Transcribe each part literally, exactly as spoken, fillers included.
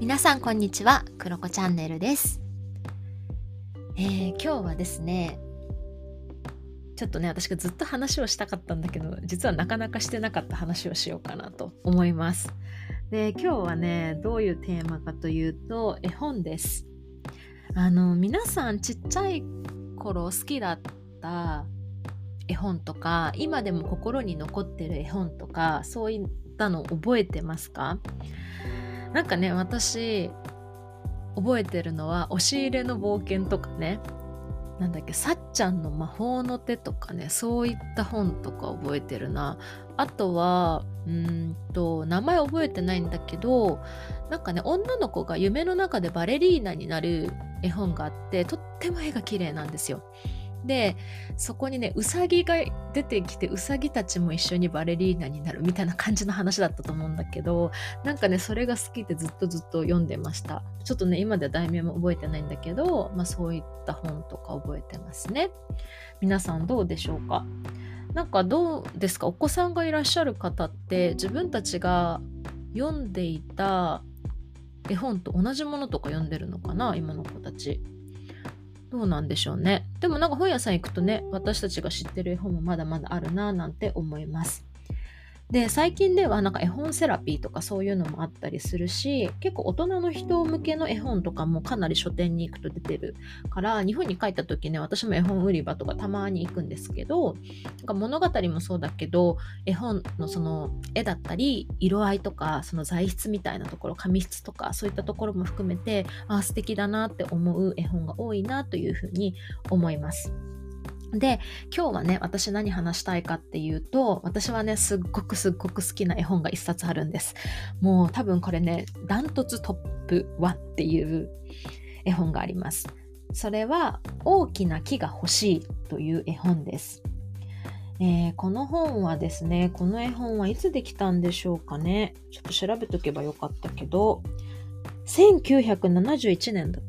皆さんこんにちは、クロコチャンネルです。えー、今日はですねちょっとね私がずっと話をしたかったんだけど実はなかなかしてなかった話をしようかなと思います。で今日はねどういうテーマかというと絵本です。あの皆さんちっちゃい頃好きだった絵本とか今でも心に残ってる絵本とかそういったの覚えてますか？なんかね私覚えてるのは押し入れの冒険とかね、なんだっけさっちゃんの魔法の手とかね、そういった本とか覚えてるな。あとはうーんと名前覚えてないんだけど、なんかね女の子が夢の中でバレリーナになる絵本があって、とっても絵が綺麗なんですよ。でそこにねウサギが出てきて、ウサギたちも一緒にバレリーナになるみたいな感じの話だったと思うんだけど、なんかねそれが好きでずっとずっと読んでました。ちょっとね今では題名も覚えてないんだけど、まあ、そういった本とか覚えてますね。皆さんどうでしょうか？なんかどうですか？お子さんがいらっしゃる方って自分たちが読んでいた絵本と同じものとか読んでるのかな、今の子たち。どうなんでしょうね。でもなんか本屋さん行くとね、私たちが知ってる絵本もまだまだあるななんて思います。で最近ではなんか絵本セラピーとかそういうのもあったりするし、結構大人の人向けの絵本とかもかなり書店に行くと出てるから、日本に帰った時ね私も絵本売り場とかたまに行くんですけど、なんか物語もそうだけど絵本のその絵だったり色合いとかその材質みたいなところ、紙質とかそういったところも含めて、あ素敵だなって思う絵本が多いなというふうに思います。で今日はね私何話したいかっていうと、私はねすっごくすっごく好きな絵本が一冊あるんです。もう多分これねダントツトップワンっていう絵本があります。それは大きな木が欲しいという絵本です。えー、この本はですね、この絵本はいつできたんでしょうかね。ちょっと調べとけばよかったけどせんきゅうひゃくななじゅういちねんだって。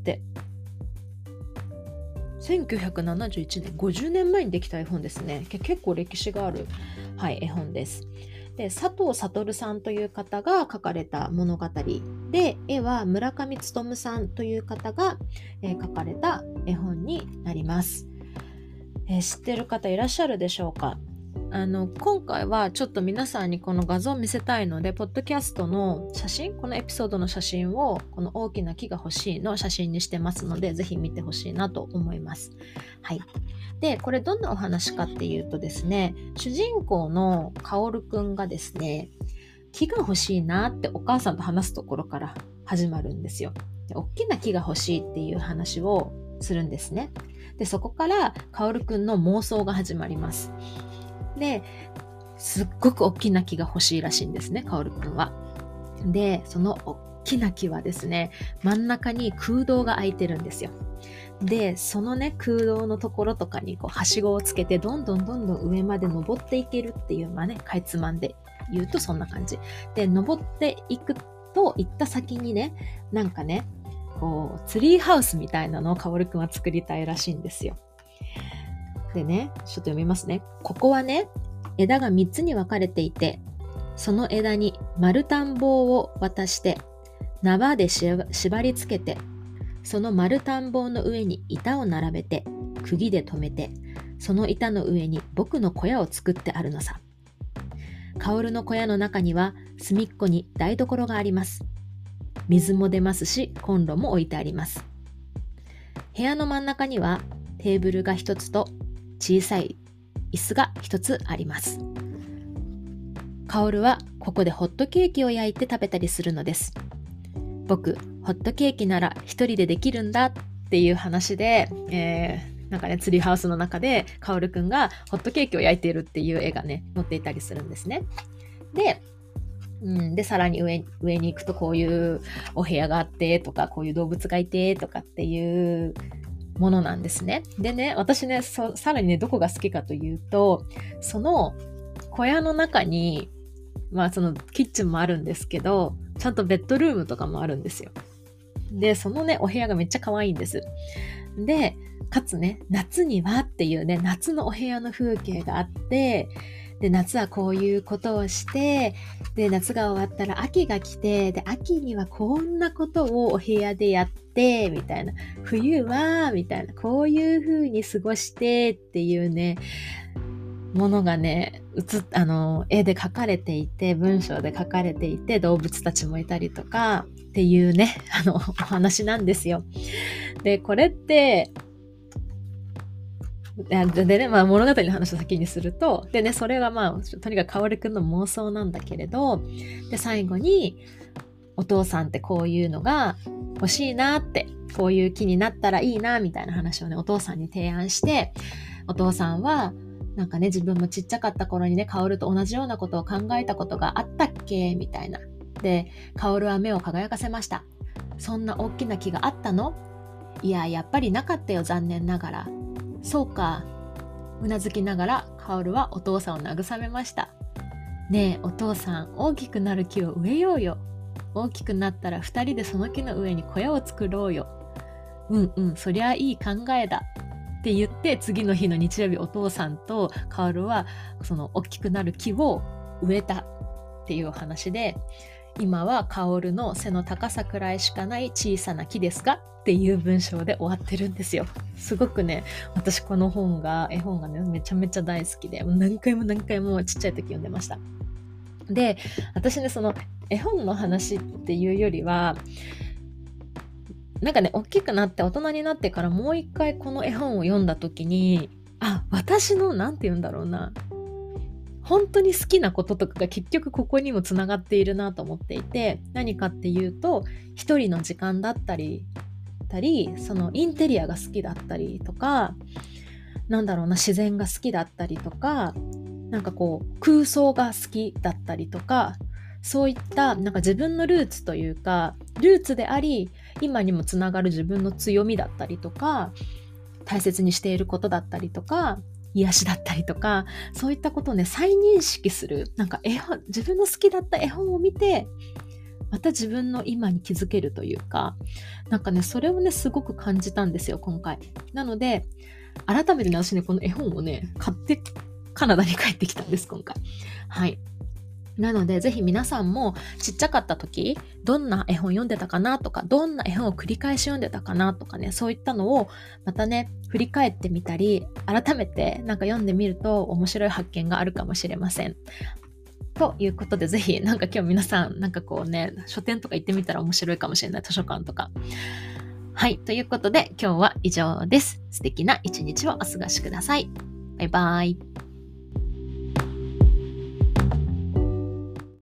せんきゅうひゃくななじゅういちねん、ごじゅうねんまえにできた絵本ですね。結構歴史がある、はい、絵本です。で佐藤悟さんという方が書かれた物語で、絵は村上勉さんという方が、えー、書かれた絵本になります。えー、知ってる方いらっしゃるでしょうか？あの今回はちょっと皆さんにこの画像を見せたいので、ポッドキャストの写真、このエピソードの写真をこの大きな木が欲しいの写真にしてますので、ぜひ見てほしいなと思います。はい。でこれどんなお話かっていうとですね、主人公のカオルくんがですね、木が欲しいなってお母さんと話すところから始まるんですよ。で大きな木が欲しいっていう話をするんですね。でそこからカオルくんの妄想が始まります。ですっごく大きな木が欲しいらしいんですね、カオルくんは。でその大きな木はですね、真ん中に空洞が開いてるんですよ。でそのね空洞のところとかにこうはしごをつけてどんどんどんどん上まで登っていけるっていう、まあねかいつまんで言うとそんな感じで、登っていくと行った先にね、なんかねこうツリーハウスみたいなのをカオルくんは作りたいらしいんですよ。でね、ちょっと読みますね。ここはね、枝がみっつに分かれていて、その枝に丸太棒を渡して、縄で縛り付けて、その丸太棒の上に板を並べて、釘で留めて、その板の上に僕の小屋を作ってあるのさ。薫の小屋の中には隅っこに台所があります。水も出ますし、コンロも置いてあります。部屋の真ん中にはテーブルが一つと小さい椅子が一つあります。薫はここでホットケーキを焼いて食べたりするのです。僕、ホットケーキなら一人でできるんだっていう話で、えー、なんかねツリーハウスの中で薫くんがホットケーキを焼いているっていう絵がね載っていたりするんですね。で、うん、でさらに 上, 上に行くとこういうお部屋があってとか、こういう動物がいてとかっていうものなんですね。でね、私ね、そさらにね、どこが好きかというと、その小屋の中に、まあそのキッチンもあるんですけど、ちゃんとベッドルームとかもあるんですよ。で、そのね、お部屋がめっちゃ可愛いんです。で、かつね、夏にはっていうね、夏のお部屋の風景があって、 で、夏はこういうことをして、で、夏が終わったら秋が来て、で、秋にはこんなことをお部屋でやって、みたいな。冬は、みたいな。こういう風に過ごして、っていうね、ものがね、写っ、あの、絵で描かれていて、文章で書かれていて、動物たちもいたりとか、っていうね、あの、お話なんですよ。で、これって、でね、まあ物語の話を先にすると、でね、それがまあ、とにかく薫くんの妄想なんだけれど、で、最後に、お父さんってこういうのが欲しいなって、こういう気になったらいいな、みたいな話をね、お父さんに提案して、お父さんは、なんかね、自分もちっちゃかった頃にね、薫と同じようなことを考えたことがあったっけみたいな。で、薫は目を輝かせました。そんな大きな木があったの？いや、やっぱりなかったよ、残念ながら。そうか。うなずきながら、薫はお父さんを慰めました。ねえ、お父さん、大きくなる木を植えようよ。大きくなったら二人でその木の上に小屋を作ろうよ。うんうん、そりゃいい考えだ。って言って、次の日の日曜日、お父さんと薫は、その大きくなる木を植えたっていうお話で、今は薫の背の高さくらいしかない小さな木ですがっていう文章で終わってるんですよ。すごくね、私この本が、絵本がね、めちゃめちゃ大好きで、何回も何回もちっちゃい時読んでました。で、私ね、その絵本の話っていうよりは、なんかね、大きくなって大人になってからもう一回この絵本を読んだ時に、あ、私の、なんて言うんだろうな、本当に好きなこととかが結局ここにもつながっているなと思っていて、何かっていうと、一人の時間だったり、たりそのインテリアが好きだったりとか、なんだろうな、自然が好きだったりとか、なんかこう空想が好きだったりとか、そういったなんか自分のルーツというか、ルーツであり今にもつながる自分の強みだったりとか、大切にしていることだったりとか、癒しだったりとか、そういったことをね、再認識する。なんか絵本、自分の好きだった絵本を見て、また自分の今に気づけるというか、なんかね、それをね、すごく感じたんですよ、今回。なので、改めてね、私ね、この絵本をね、買ってカナダに帰ってきたんです、今回。はい。なので、ぜひ皆さんもちっちゃかった時、どんな絵本読んでたかなとか、どんな絵本を繰り返し読んでたかなとかね、そういったのをまたね、振り返ってみたり、改めてなんか読んでみると面白い発見があるかもしれません。ということで、ぜひなんか今日皆さんなんかこうね、書店とか行ってみたら面白いかもしれない、図書館とか。はい、ということで今日は以上です。素敵な一日をお過ごしください。バイバイ。